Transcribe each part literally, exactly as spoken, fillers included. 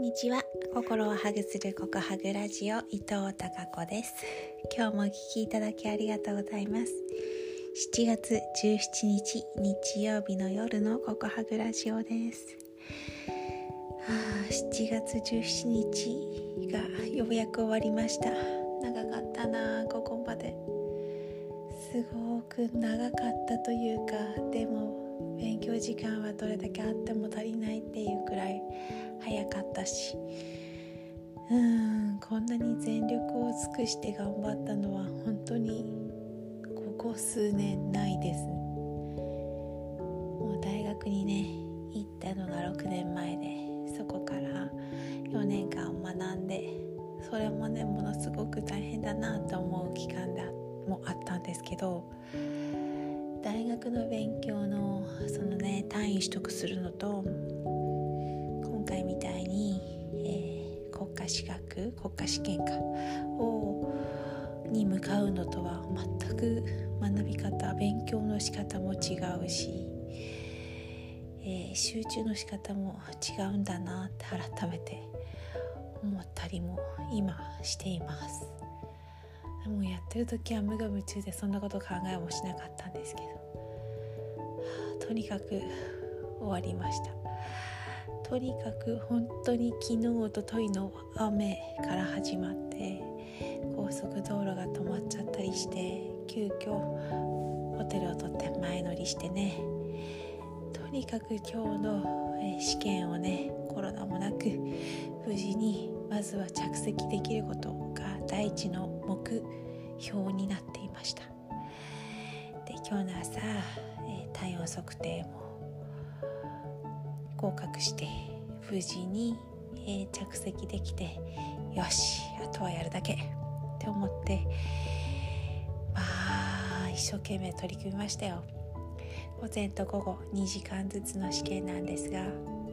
にちは。心をハグするココハグラジオ、伊藤孝子です。今日もお聞きいただきありがとうございます。しちがつじゅうしちにち日曜日の夜のココハグラジオです。はあ、しちがつじゅうしちにちがようやく終わりました。長かったな、ここまで。すごく長かったというか、でも勉強時間はどれだけあっても足りないっていうくらい早かったし、うーんこんなに全力を尽くして頑張ったのは本当にここ数年ないです。もう大学にね行ったのがろくねんまえで、そこからよねんかん学んで、それもねものすごく大変だなと思う期間でもあったんですけど、大学の勉強のそのね単位取得するのと、今回みたいに、えー、国家資格国家試験かをに向かうのとは全く学び方、勉強の仕方も違うし、えー、集中の仕方も違うんだなって改めて思ったりも今しています。もうやってる時は無我夢中でそんなこと考えもしなかったんですけど、はあ、とにかく終わりました。とにかく本当に昨日おとといの雨から始まって、高速道路が止まっちゃったりして、急遽ホテルを取って前乗りしてね、とにかく今日の試験をねコロナもなく無事にまずは着席できることが第一の目標になっていました。で、今日の朝、えー、体温測定も合格して無事に、えー、着席できて、よしあとはやるだけって思って、まあ一生懸命取り組みましたよ。午前と午後にじかんずつの試験なんですが、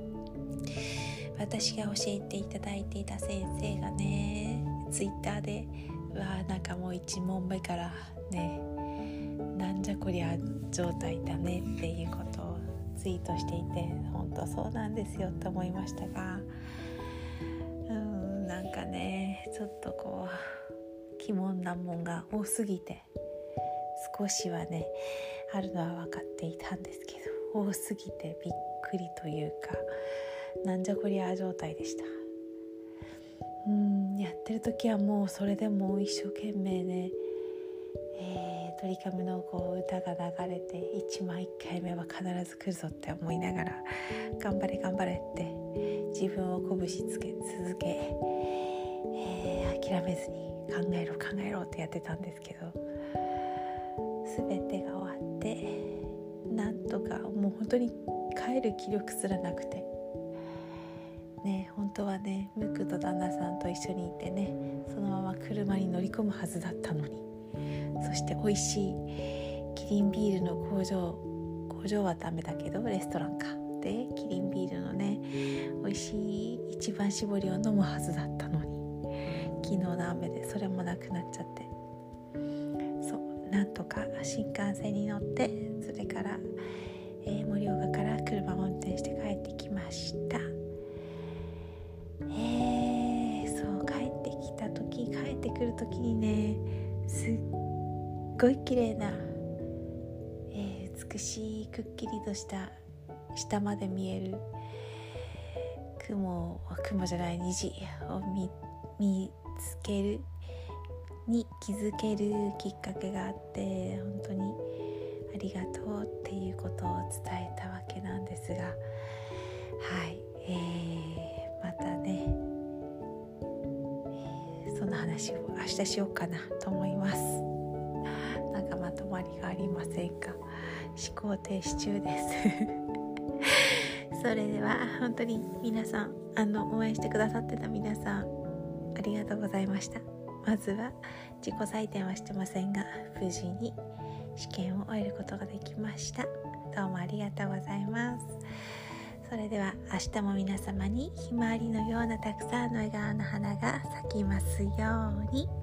私が教えていただいていた先生がねツイッターでうわなんかもういち問目からねなんじゃこりゃ状態だねっていうことをツイートしていて、本当そうなんですよって思いましたが、うーんなんかねちょっとこう鬼門難問が多すぎて、少しはねあるのは分かっていたんですけど、多すぎてびっくりというか、なんじゃこりゃ状態でした。うーんやってる時はもうそれでも一生懸命ね、えー、ドリカムのこう歌が流れて、いちまんいっかいめは必ず来るぞって思いながら、頑張れ頑張れって自分を鼓舞しつけ続け、えー、諦めずに考えろ考えろってやってたんですけど、全てが終わってなんとかもう本当に帰る気力すらなくてね、本当はねムクと旦那さんと一緒にいてね、そのまま車に乗り込むはずだったのに、そして美味しいキリンビールの工場工場はダメだけどレストランかでキリンビールのね美味しい一番搾りを飲むはずだったのに、昨日の雨でそれもなくなっちゃって、そうなんとか新幹線に乗って、それから、えー、盛岡から車を運転して帰ってきました。えー、そう帰ってきた時帰ってくる時にねすっごい綺麗な、えー、美しいくっきりとした下まで見える雲雲じゃない虹を 見, 見つけるに気づけるきっかけがあって、本当にありがとうっていうことを伝えたわけなんですが、はい、えーまたね、えー、その話を明日しようかなと思います。なんかまとまりがありませんか？思考停止中ですそれでは本当に皆さん、あの応援してくださってた皆さんありがとうございました。まずは自己採点はしてませんが、無事に試験を終えることができました。どうもありがとうございます。それでは明日も皆様にひまわりのようなたくさんの笑顔の花が咲きますように。